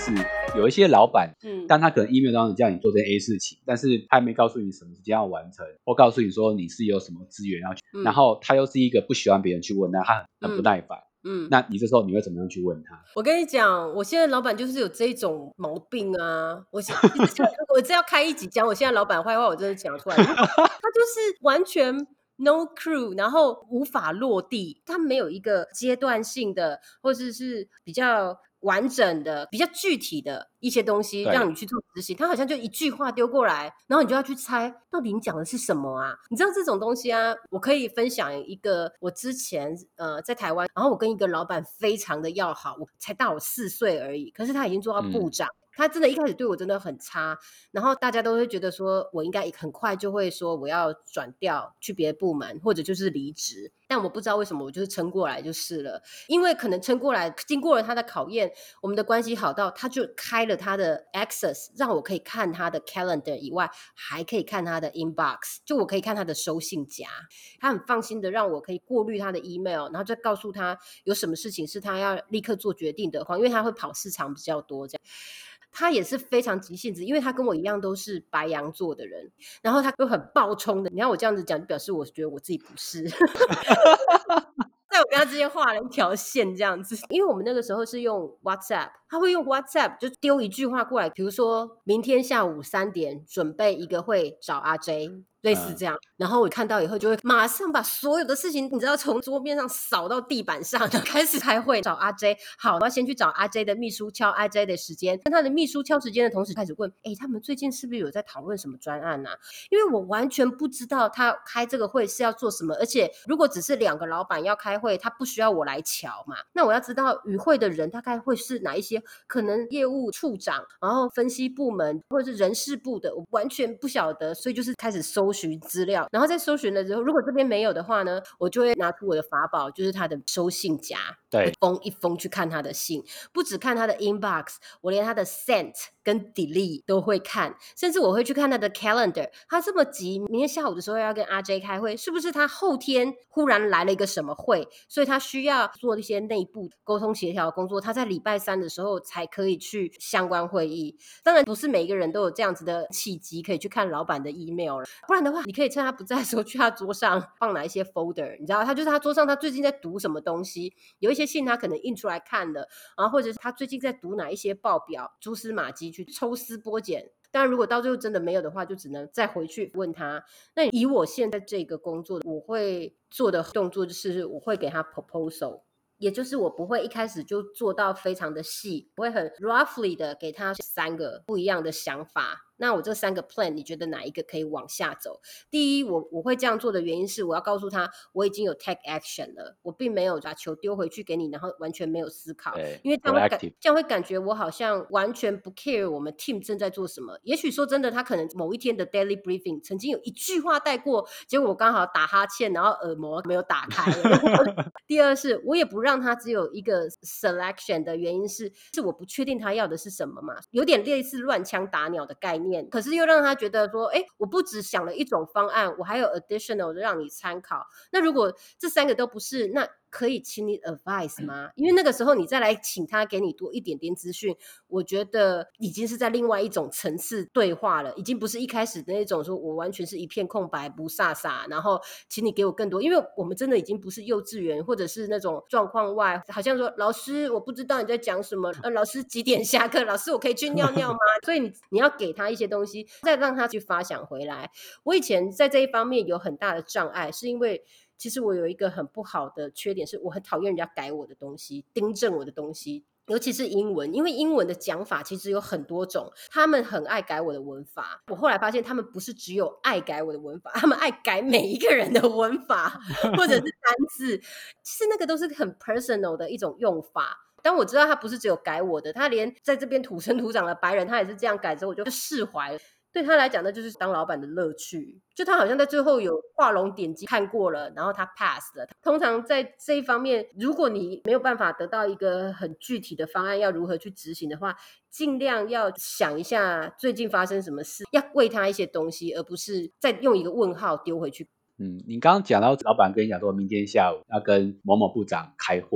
是有一些老板，但他可能 email 当中叫你做这 A 事情，但是他还没告诉你什么时间要完成，或告诉你说你是有什么资源要去，然后他又是一个不喜欢别人去问，那他很不耐烦。那你这时候你会怎么样去问他？ 我跟你讲，我现在老板就是有这种毛病啊！我这要开一集讲我现在老板坏话，我真的讲出来，他就是完全 no clue， 然后无法落地，他没有一个阶段性的，或者是比较完整的、比较具体的一些东西让你去做执行，他好像就一句话丢过来，然后你就要去猜到底你讲的是什么啊？你知道这种东西啊，我可以分享一个我之前在台湾，然后我跟一个老板非常的要好，我才大我4岁而已，可是他已经做到部长。他真的一开始对我真的很差，然后大家都会觉得说我应该很快就会说我要转调去别的部门，或者就是离职，但我不知道为什么我就是撑过来就是了，因为可能撑过来经过了他的考验，我们的关系好到他就开了他的 access 让我可以看他的 calendar 以外还可以看他的 inbox， 就我可以看他的收信夹，他很放心的让我可以过滤他的 email， 然后再告诉他有什么事情是他要立刻做决定的话，因为他会跑市场比较多这样。他也是非常急性子，因为他跟我一样都是白羊座的人，然后他又很暴冲的，你看我这样子讲就表示我觉得我自己不是在我跟他之间画了一条线这样子，因为我们那个时候是用 WhatsApp， 他会用 WhatsApp 就丢一句话过来，比如说明天下午3点准备一个会找阿 J，类似这样，然后我看到以后就会马上把所有的事情你知道从桌面上扫到地板上，就开始开会找阿 J。 好，我要先去找阿 J 的秘书敲阿 J 的时间，跟他的秘书敲时间的同时开始问他们最近是不是有在讨论什么专案啊？因为我完全不知道他开这个会是要做什么，而且如果只是2个老板要开会，他不需要我来瞧嘛，那我要知道与会的人大概会是哪一些，可能业务处长，然后分析部门或者是人事部的，我完全不晓得，所以就是开始搜寻资料，然后在搜寻了之后，如果这边没有的话呢，我就会拿出我的法宝，就是他的收信夹，我封一封去看他的信，不只看他的 inbox， 我连他的 sent 跟 delete 都会看，甚至我会去看他的 calendar， 他这么急明天下午的时候要跟阿 J 开会，是不是他后天忽然来了一个什么会，所以他需要做一些内部沟通协调的工作，他在礼拜3的时候才可以去相关会议。当然不是每一个人都有这样子的契机可以去看老板的 email 了，不然的话你可以趁他不在的时候去他桌上放哪一些 folder， 你知道他就是他桌上他最近在读什么东西，有一些信他可能印出来看的，然后或者是他最近在读哪一些报表，蛛丝马迹去抽丝剥茧。当然如果到最后真的没有的话，就只能再回去问他。那以我现在这个工作，我会做的动作就是我会给他 proposal，也就是我不会一开始就做到非常的细，我会很 roughly 的给他3个不一样的想法，那我这3个 plan 你觉得哪一个可以往下走？第一，我会这样做的原因是我要告诉他我已经有 take action 了，我并没有把球丢回去给你然后完全没有思考，因为这样会感觉我好像完全不 care 我们 team 正在做什么。也许说真的他可能某一天的 daily briefing 曾经有一句话带过，结果我刚好打哈欠然后耳膜没有打开第二是我也不让他只有一个 selection 的原因是我不确定他要的是什么嘛，有点类似乱枪打鸟的概念，可是又让他觉得说我不只想了一种方案，我还有 additional 的让你参考。那如果这3个都不是，那可以请你 advice 吗？因为那个时候你再来请他给你多一点点资讯，我觉得已经是在另外一种层次对话了，已经不是一开始的那种说我完全是一片空白不飒飒，然后请你给我更多，因为我们真的已经不是幼稚园或者是那种状况外，好像说老师我不知道你在讲什么，老师几点下课，老师我可以去尿尿吗？所以你要给他一些东西再让他去发想回来。我以前在这一方面有很大的障碍，是因为其实我有一个很不好的缺点，是我很讨厌人家改我的东西，订正我的东西，尤其是英文，因为英文的讲法其实有很多种，他们很爱改我的文法。我后来发现他们不是只有爱改我的文法，他们爱改每一个人的文法或者是单字，其实那个都是很 personal 的一种用法。当我知道他不是只有改我的，他连在这边土生土长的白人他也是这样改之后，我就释怀了。对他来讲那就是当老板的乐趣，就他好像在最后有画龙点睛看过了，然后他 pass 了。通常在这一方面，如果你没有办法得到一个很具体的方案要如何去执行的话，尽量要想一下最近发生什么事，要喂他一些东西，而不是再用一个问号丢回去。 你刚刚讲到老板跟你讲说明天下午要跟某某部长开会，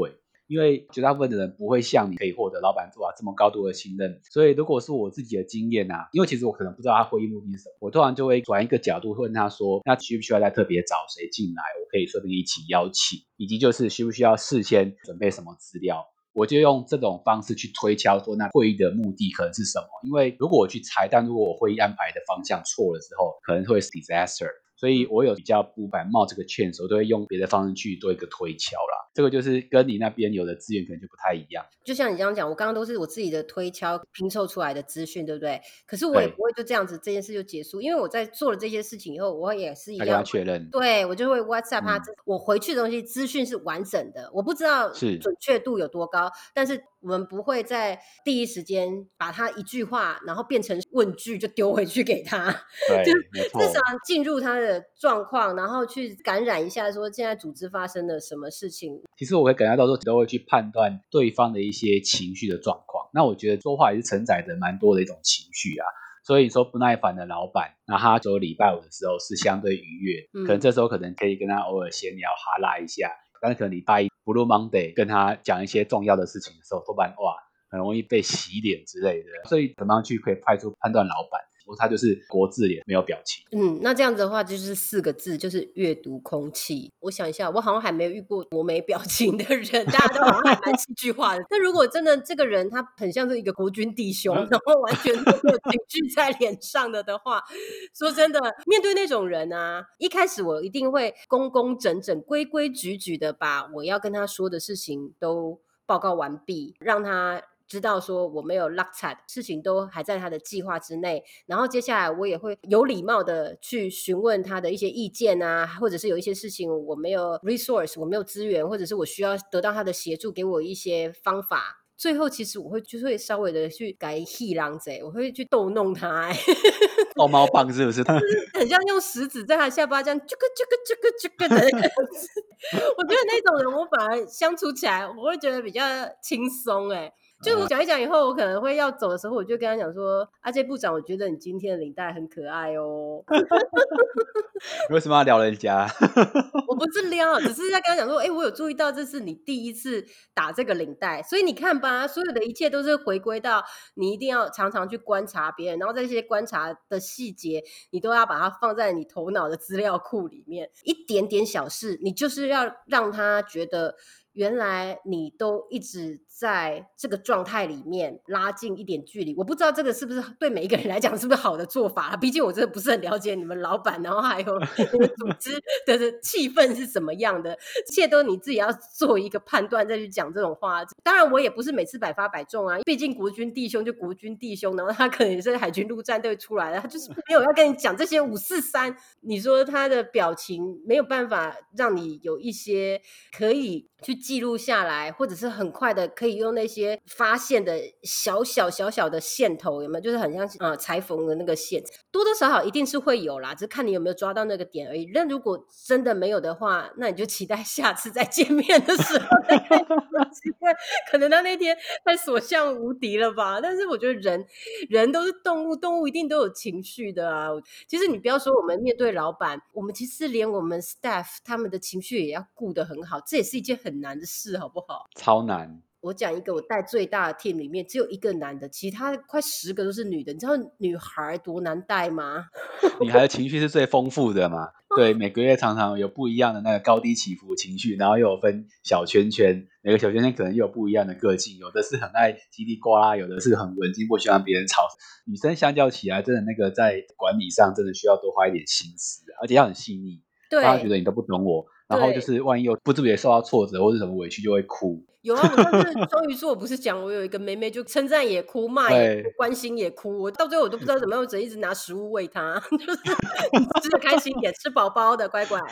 因为绝大部分的人不会像你可以获得老板做这么高度的信任，所以如果是我自己的经验啊，因为其实我可能不知道他会议目的是什么，我突然就会转一个角度问他说，那需不需要再特别找谁进来，我可以顺便一起邀请，以及就是需不需要事先准备什么资料，我就用这种方式去推敲说那会议的目的可能是什么。因为如果我去猜，但如果我会议安排的方向错了之后，可能会是 disaster， 所以我有比较不敢冒这个 chance， 我都会用别的方式去做一个推敲啦。这个就是跟你那边有的资源可能就不太一样。 就像你这样讲，我刚刚都是我自己的推敲拼凑出来的资讯，对不对？可是我也不会就这样子这件事就结束，因为我在做了这些事情以后，我也是一样跟他确认， 对，我就会 WhatsApp 他，我回去的东西资讯是完整的，我不知道准确度有多高，但是我们不会在第一时间把他一句话然后变成问句就丢回去给他，就是至少进入他的状况，然后去感染一下说现在组织发生了什么事情。 其实我会感觉到说都会去判断对方的一些情绪的状况，那我觉得说话也是承载着蛮多的一种情绪啊。所以说不耐烦的老板，那他走礼拜五的时候是相对愉悦，可能这时候可能可以跟他偶尔闲聊哈拉一下，但是可能礼拜一 Blue Monday 跟他讲一些重要的事情的时候，多半哇很容易被洗脸之类的，所以怎么样去可以快速判断老板，他就是国字脸没有表情。 那这样子的话就是4个字，就是阅读空气。我想一下，我好像还没有遇过多没表情的人，大家都好像还蛮戏剧化的。但如果真的这个人他很像是一个国军弟兄，然后完全都没有情绪在脸上的话，说真的，面对那种人啊，一开始我一定会工工整整、规规矩矩的把我要跟他说的事情都报告完毕，让他知道说我没有落差，事情都还在他的计划之内，然后接下来我也会有礼貌的去询问他的一些意见啊，或者是有一些事情我没有 resource， 我没有资源，或者是我需要得到他的协助，给我一些方法。最后其实我会就会稍微的去改戏郎贼，我会去逗弄他逗猫棒是不是？ 很像用食指在他下巴这样啾个啾个的那个我觉得那种人我反而相处起来我会觉得比较轻松就我讲一讲以后，我可能会要走的时候，我就跟他讲说：“阿杰部长，我觉得你今天的领带很可爱哦。” 你为什么要撩人家？ 我不是撩，只是要跟他讲说：“我有注意到这是你第一次打这个领带，所以你看吧，所有的一切都是回归到你一定要常常去观察别人，然后这些观察的细节，你都要把它放在你头脑的资料库里面。一点点小事，你就是要让他觉得。”原来你都一直在这个状态里面拉近一点距离，我不知道这个是不是对每一个人来讲是不是好的做法，毕竟我真的不是很了解你们老板，然后还有你们组织的气氛是怎么样的，一切都你自己要做一个判断再去讲这种话。当然我也不是每次百发百中啊，毕竟国军弟兄就国军弟兄，然后他可能也是海军陆战队出来的，他就是没有要跟你讲这些543，你说他的表情没有办法让你有一些可以去记录下来，或者是很快的可以用那些发现的小小的线头，有没有？就是很像裁缝的那个线，多多少少一定是会有啦，只是看你有没有抓到那个点而已。但如果真的没有的话，那你就期待下次再见面的时候再看有没有机会。可能他那天太所向无敌了吧？但是我觉得人都是动物，动物一定都有情绪的啊。其实你不要说我们面对老板，我们其实连我们 staff 他们的情绪也要顾得很好，这也是一件很难的事，好不好？ 超难。 我讲一个我带最大的 team 里面只有一个男的，其他快10个都是女的。你知道女孩多难带吗？ 女孩的情绪是最丰富的嘛，对，每个月常常有不一样的那个高低起伏情绪，然后又有分小圈圈，每个小圈圈可能又有不一样的个性，有的是很爱叽里呱啦，有的是很文静，不喜欢别人吵。女生相较起来，真的那个在管理上真的需要多花一点心思，而且要很细腻，让她觉得你都不懂我。然后就是万一又不自觉受到挫折或是什么委屈就会哭。 有啊，我上次双鱼座我不是讲我有一个妹妹就称赞也哭，骂也哭，关心也哭，我到最后我都不知道怎么样，我只一直拿食物喂她，就是你吃的开心一点，吃饱饱的，乖乖。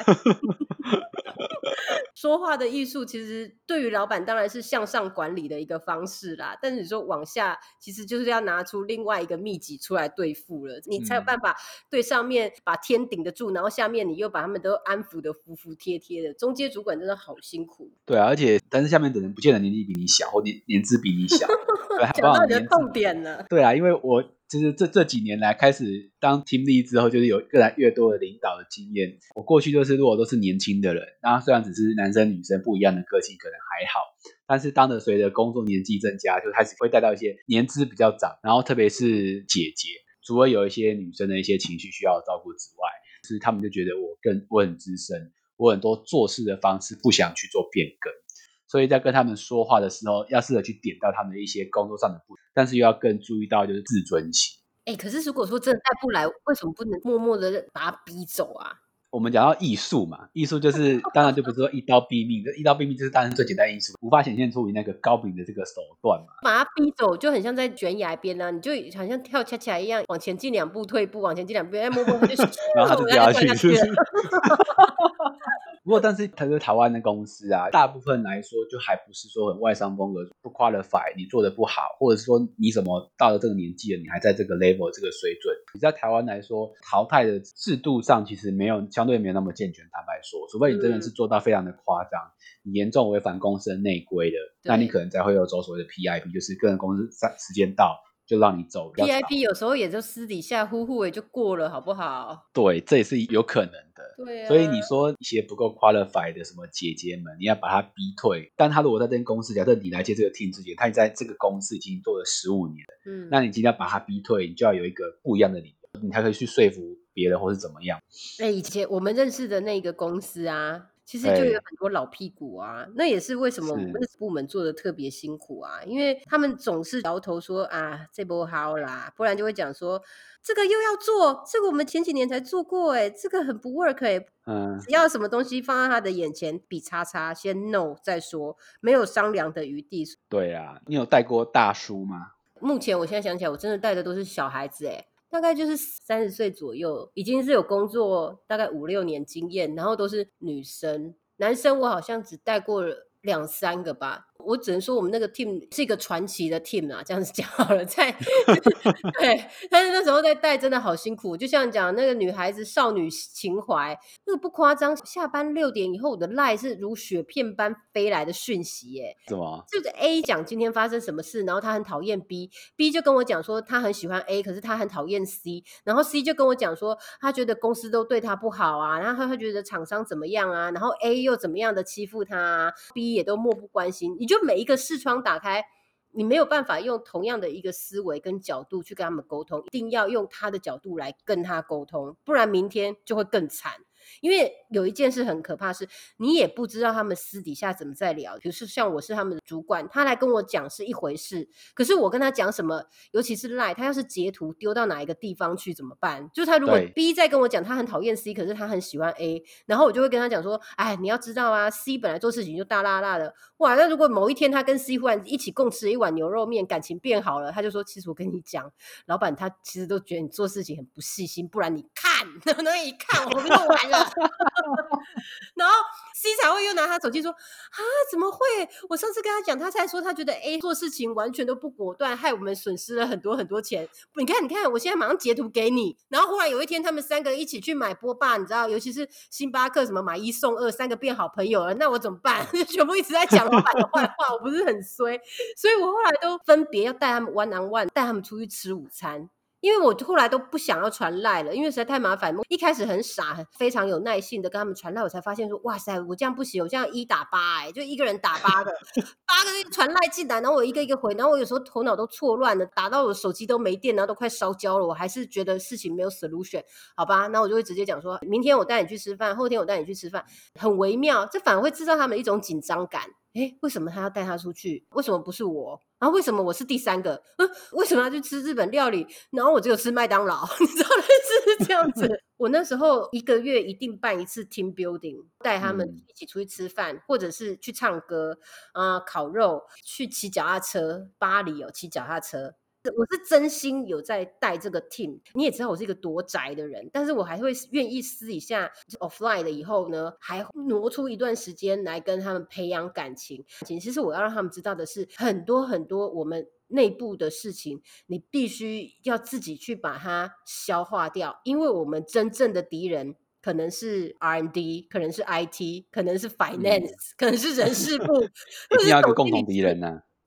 说话的艺术其实对于老板当然是向上管理的一个方式啦，但是你说往下其实就是要拿出另外一个秘籍出来对付了，你才有办法对上面把天顶得住，然后下面你又把他们都安抚得服服帖帖的，中阶主管真的好辛苦。 对啊，而且但是下面的人不见得年纪比你小或年资比你小。 讲到你的痛点了。 对啊，因为我就是这几年来开始当 team lead 之后，就是有越来越多的领导的经验。我过去就是如果都是年轻的人，那虽然只是男生女生不一样的个性可能还好，但是当着随着工作年纪增加，就开始会带到一些年资比较长，然后特别是姐姐，除了有一些女生的一些情绪需要照顾之外，是他们就觉得我很资深，我很多做事的方式不想去做变更，所以在跟他们说话的时候，要试着去点到他们的一些工作上的不足，但是又要更注意到就是自尊心。 可是如果说真的带不来，为什么不能默默的把他逼走啊？ 我们讲到艺术嘛，艺术就是当然就不是说一刀毙命，一刀毙命就是当然最简单的艺术，无法显现出你那个高明的这个手段嘛。 把他逼走就很像在悬崖边啊，你就好像跳恰恰一样，往前进2步退步，往前进2步，默默他就然后他就掉下去了。 不过，但是台湾的公司啊，大部分来说就还不是说很外商风格，不 qualify， 你做的不好，或者是说你怎么到了这个年纪了，你还在这个 level 这个水准，你在台湾来说，淘汰的制度上其实相对没有那么健全，坦白说，除非你真的是做到非常的夸张，你严重违反公司的内规的，那你可能才会有走所谓的 PIP， 就是个人公司时间到就让你走。 PIP 有时候也就私底下呼呼也就过了，好不好？ 对，这也是有可能的。 对啊， 所以你说一些不够 qualified 的什么姐姐们，你要把她逼退，但她如果在这间公司，假设你来接这个 team 之前，她在这个公司已经做了15年了，那你今天要把她逼退，你就要有一个不一样的理由，你才可以去说服别人或是怎么样。 以前我们认识的那个公司啊，其实就有很多老屁股啊，那也是为什么我们的部门做的特别辛苦啊，因为他们总是摇头说啊这波好啦，不然就会讲说这个又要做，这个我们前几年才做过这个很不 work只要什么东西放在他的眼前比叉叉，先 no 再说，没有商量的余地。 对啊，你有带过大叔吗？ 目前我现在想起来，我真的带的都是小孩子大概就是30岁左右，已经是有工作大概5、6年经验，然后都是女生，男生我好像只带过了2、3个吧。我只能说我们那个 team 是一个传奇的 team 啊，这样子讲好了。对，但是那时候在带真的好辛苦，就像讲那个女孩子少女情怀，那个不夸张。下班6点以后，我的 LINE 是如雪片般飞来的讯息什么？ 就是 A 讲今天发生什么事，然后他很讨厌 B 就跟我讲说他很喜欢 A， 可是他很讨厌 C， 然后 C 就跟我讲说他觉得公司都对他不好啊，然后他觉得厂商怎么样啊，然后 A 又怎么样的欺负他啊， B 也都漠不关心。你就每一个视窗打开，你没有办法用同样的一个思维跟角度去跟他们沟通，一定要用他的角度来跟他沟通，不然明天就会更惨。因为有一件事很可怕，是你也不知道他们私底下怎么在聊。比如说像我是他们的主管，他来跟我讲是一回事，可是我跟他讲什么，尤其是 LINE， 他要是截图丢到哪一个地方去怎么办？就是他如果 B 在跟我讲他很讨厌 C， 可是他很喜欢 A， 然后我就会跟他讲说，哎，你要知道啊， C 本来做事情就大辣辣的，哇，那如果某一天他跟 C 忽然一起共吃了一碗牛肉面，感情变好了，他就说，其实我跟你讲，老板他其实都觉得你做事情很不细心，不然你看，那一看我们就完了。然后 C 才会又拿他手机说啊，怎么会？我上次跟他讲，他才说他觉得 A 做事情完全都不果断，害我们损失了很多很多钱。你看，我现在马上截图给你。然后忽然有一天，他们3个一起去买波霸，你知道，尤其是星巴克什么买1送2，3个变好朋友了，那我怎么办？全部一直在讲老板的坏话，我不是很衰，所以我后来都分别要带他们 one on one， 带他们出去吃午餐。因为我后来都不想要传赖了，因为实在太麻烦。一开始很傻，非常有耐性的跟他们传赖，我才发现说，哇塞，我这样不行，我这样1打8就一个人打8个，8个传赖进来，然后我一个一个回，然后我有时候头脑都错乱了，打到我手机都没电，然后都快烧焦了，我还是觉得事情没有 solution， 好吧，那我就会直接讲说，明天我带你去吃饭，后天我带你去吃饭，很微妙，这反而会制造他们一种紧张感。为什么他要带他出去？为什么不是我？然后为什么我是第3个？为什么要去吃日本料理？然后我只有吃麦当劳，你知道是这样子。我那时候1个月一定办1次 team building， 带他们一起出去吃饭，或者是去唱歌烤肉，去骑脚踏车。巴黎有骑脚踏车。我是真心有在带这个 team， 你也知道我是一个多宅的人，但是我还会愿意私底下 offline 了以后呢，还挪出一段时间来跟他们培养感情。其实我要让他们知道的是，很多很多我们内部的事情，你必须要自己去把它消化掉，因为我们真正的敌人可能是 R&D， 可能是 IT， 可能是 Finance，可能是人事部， 一定要有个共同敌人啊。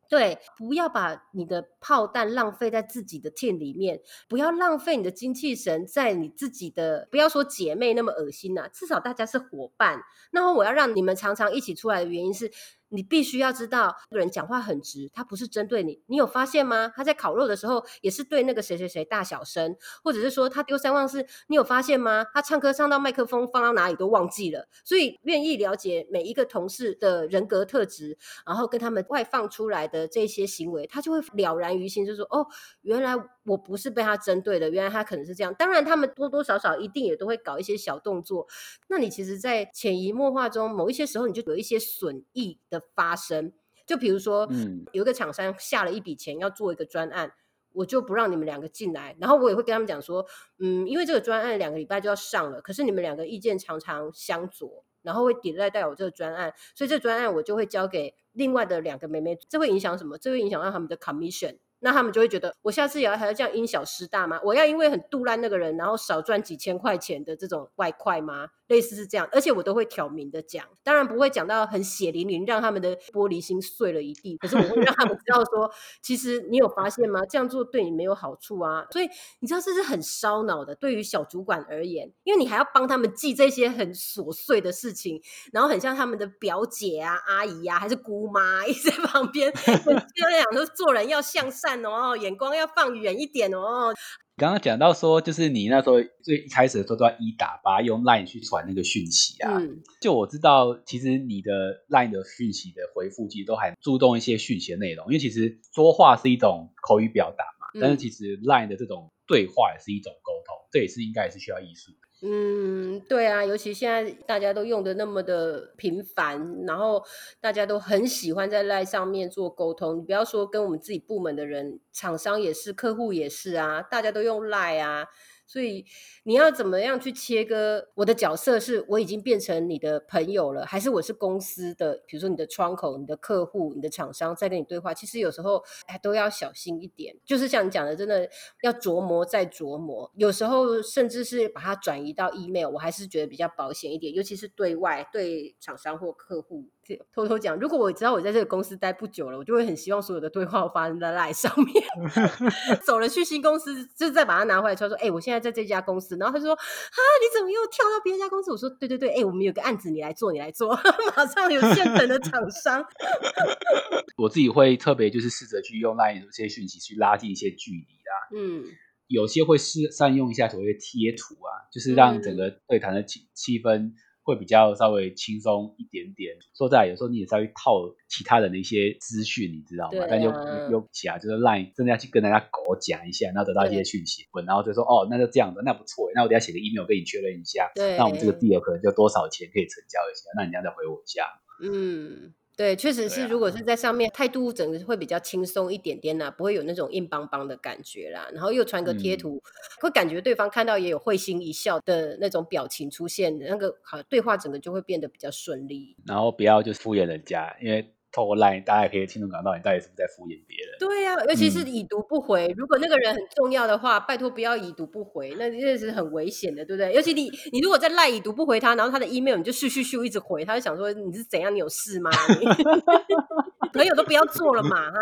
对，不要把你的炮弹浪费在自己的 team 里面，不要浪费你的精气神在你自己的，不要说姐妹那么恶心啊，至少大家是伙伴。然后我要让你们常常一起出来的原因是，你必须要知道这个人讲话很直，他不是针对你。你有发现吗？他在烤肉的时候也是对那个谁谁谁大小声，或者是说他丢三忘四，你有发现吗？他唱歌唱到麦克风放到哪里都忘记了。所以愿意了解每一个同事的人格特质，然后跟他们外放出来的这些行为，他就会了然于心，就说哦，原来我不是被他针对的，原来他可能是这样。当然他们多多少少一定也都会搞一些小动作，那你其实在潜移默化中，某一些时候你就有一些损益的发生。就比如说有一个厂商下了一笔钱要做一个专案，我就不让你们两个进来，然后我也会跟他们讲说因为这个专案2个礼拜就要上了，可是你们2个意见常常相左，然后会delay到我这个专案，所以这专案我就会交给另外的2个妹妹。这会影响什么？这会影响到他们的 commission， 那他们就会觉得我下次也还要这样因小失大吗？我要因为很杜烂那个人然后少赚几千块钱的这种外快吗？类似是这样，而且我都会挑明的讲，当然不会讲到很血淋淋让他们的玻璃心碎了一地，可是我会让他们知道说其实你有发现吗？这样做对你没有好处啊。所以你知道这是很烧脑的，对于小主管而言，因为你还要帮他们记这些很琐碎的事情，然后很像他们的表姐啊、阿姨啊还是姑妈一直在旁边跟他讲说做人要向善哦，眼光要放远一点哦。 刚刚讲到说，就是你那时候最一开始的时候都要1打8用 LINE 去传那个讯息啊。就我知道，其实你的 LINE 的讯息的回复其实都还注重一些讯息的内容，因为其实说话是一种口语表达嘛，但是其实 LINE 的这种对话也是一种沟通，这也是应该也是需要艺术的。 对啊，尤其现在大家都用的那么的频繁，然后大家都很喜欢在 LINE 上面做沟通。你不要说跟我们自己部门的人，厂商也是，客户也是啊，大家都用 LINE 啊。所以你要怎么样去切割我的角色，是我已经变成你的朋友了，还是我是公司的，比如说你的窗口、你的客户、你的厂商在跟你对话，其实有时候都要小心一点，就是像你讲的，真的要琢磨再琢磨，有时候甚至是把它转移到 email， 我还是觉得比较保险一点，尤其是对外对厂商或客户。偷偷讲，如果我知道我在这个公司待不久了，我就会很希望所有的对话发生在 LINE 上面走了去新公司就是再把它拿回来说我现在在这家公司，然后他就说你怎么又跳到别人家公司？我说对我们有个案子你来做马上有现成的厂商我自己会特别就是试着去用 LINE 这些讯息去拉近一些距离啦。有些会善用一下所谓的贴图啊，就是让整个对谈的气氛会比较稍微轻松一点点。说在有时候你也是要去套其他人的一些资讯，你知道吗？但又起来就是 LINE 真的要去跟大家狗讲一下，然后得到一些讯息，然后就说那就这样的，那不错，那我等一下写个 email 跟你确认一下，那我们这个 deal 可能就多少钱可以成交一下，那你这样再回我一下。 对，确实是，如果是在上面态度整个会比较轻松一点点啦，不会有那种硬邦邦的感觉啦，然后又传个贴图，会感觉对方看到也有会心一笑的那种表情出现，那个好对话整个就会变得比较顺利。 然后不要就是敷衍人家，因为透过 LINE 大家也可以清楚感到你到底是不是在敷衍别人。 对啊，尤其是已读不回，如果那个人很重要的话，拜托不要已读不回，那真的是很危险的，对不对？尤其你如果在 LINE 已读不回他，然后他的 email 你就咻一直回，他就想说你是怎样，你有事吗？朋友都不要做了嘛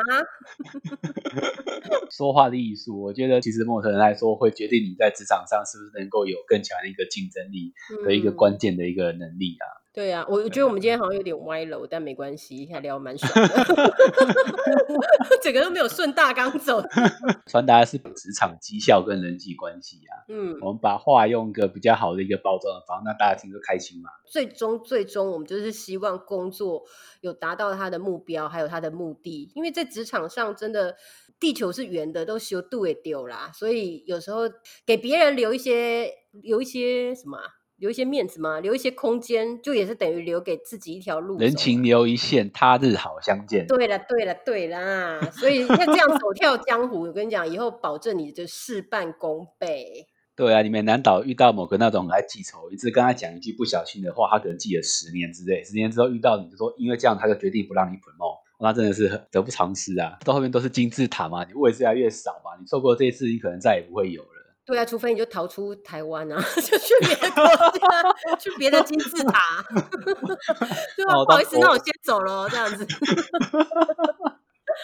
说话的艺术，我觉得其实某种程度来说会决定你在职场上是不是能够有更强的一个竞争力的一个关键的一个能力啊。 对啊，我觉得我们今天好像有点歪楼，但没关系，还聊蛮爽的整个都没有顺大纲走传达的是职场绩效跟人际关系啊。我们把话用一个比较好的一个包装的方式，那大家听着开心嘛。 最终我们就是希望工作有达到他的目标还有他的目的，因为在职场上真的地球是圆的，都修度也丢啦，所以有时候给别人留一些什么留一些面子嘛，留一些空间，就也是等于留给自己一条路走。 人情留一线，他日好相见。 对啦，所以要这样走跳江湖，我跟你讲，以后保证你的事半功倍。 对啊，你们难道遇到某个那种来记仇，一直跟他讲一句不小心的话，他可能记了10年之类，10年之后遇到你就说，因为这样他就决定不让你 promote，那真的是得不偿失啊！到后面都是金字塔嘛，你位置越来越少嘛，你错过这一次，你可能再也不会有了。 对啊，除非你就逃出台湾啊，就去别的国家，去别的金字塔。对啊，不好意思，那我先走了，这样子。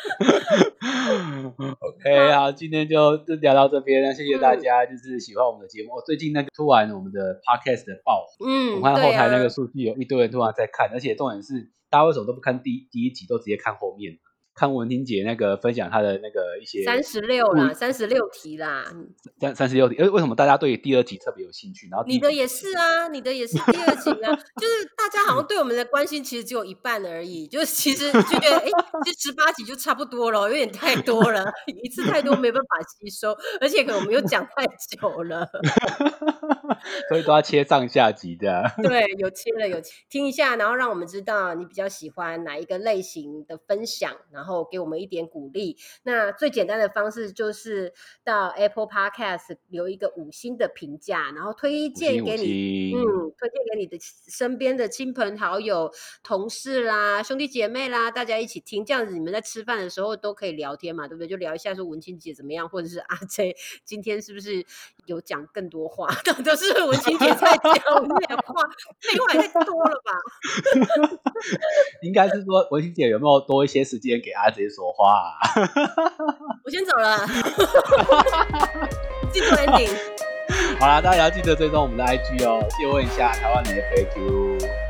OK， 好，今天就聊到这边，那谢谢大家，就是喜欢我们的节目。最近那个突然我们的 Podcast 的爆火，我看后台那个数据有一堆人突然在看，而且重点是大家为什么都不看第一集，都直接看后面？看文婷姐那个分享她的那个一些 36啦，36题啦 ，36题。为什么大家对第二集特别有兴趣？然后你的也是啊，你的也是第二集啊，就是大家好像对我们的关心其实只有一半而已，就是其实就觉得这18集就差不多了，有点太多了，一次太多没办法吸收，而且可能我们又讲太久了。 所以都要切上下集的。 对，有切听一下，然后让我们知道你比较喜欢哪一个类型的分享，然后给我们一点鼓励。那最简单的方式就是到 Apple Podcast 留一个5星的评价，然后推荐给你的身边的亲朋好友、同事啦、兄弟姐妹啦，大家一起听，这样子你们在吃饭的时候都可以聊天嘛，对不对？就聊一下说文清姐怎么样，或者是阿 J 今天是不是有讲更多话，都是文清姐在讲，我们俩话废话也太多了吧？ 应该是说文清姐有没有多一些时间给阿 J 说话啊？ 我先走了，记住 ending。 好啦，大家要记得追踪我们的 IG 哦。借问一下台湾的 FAQ。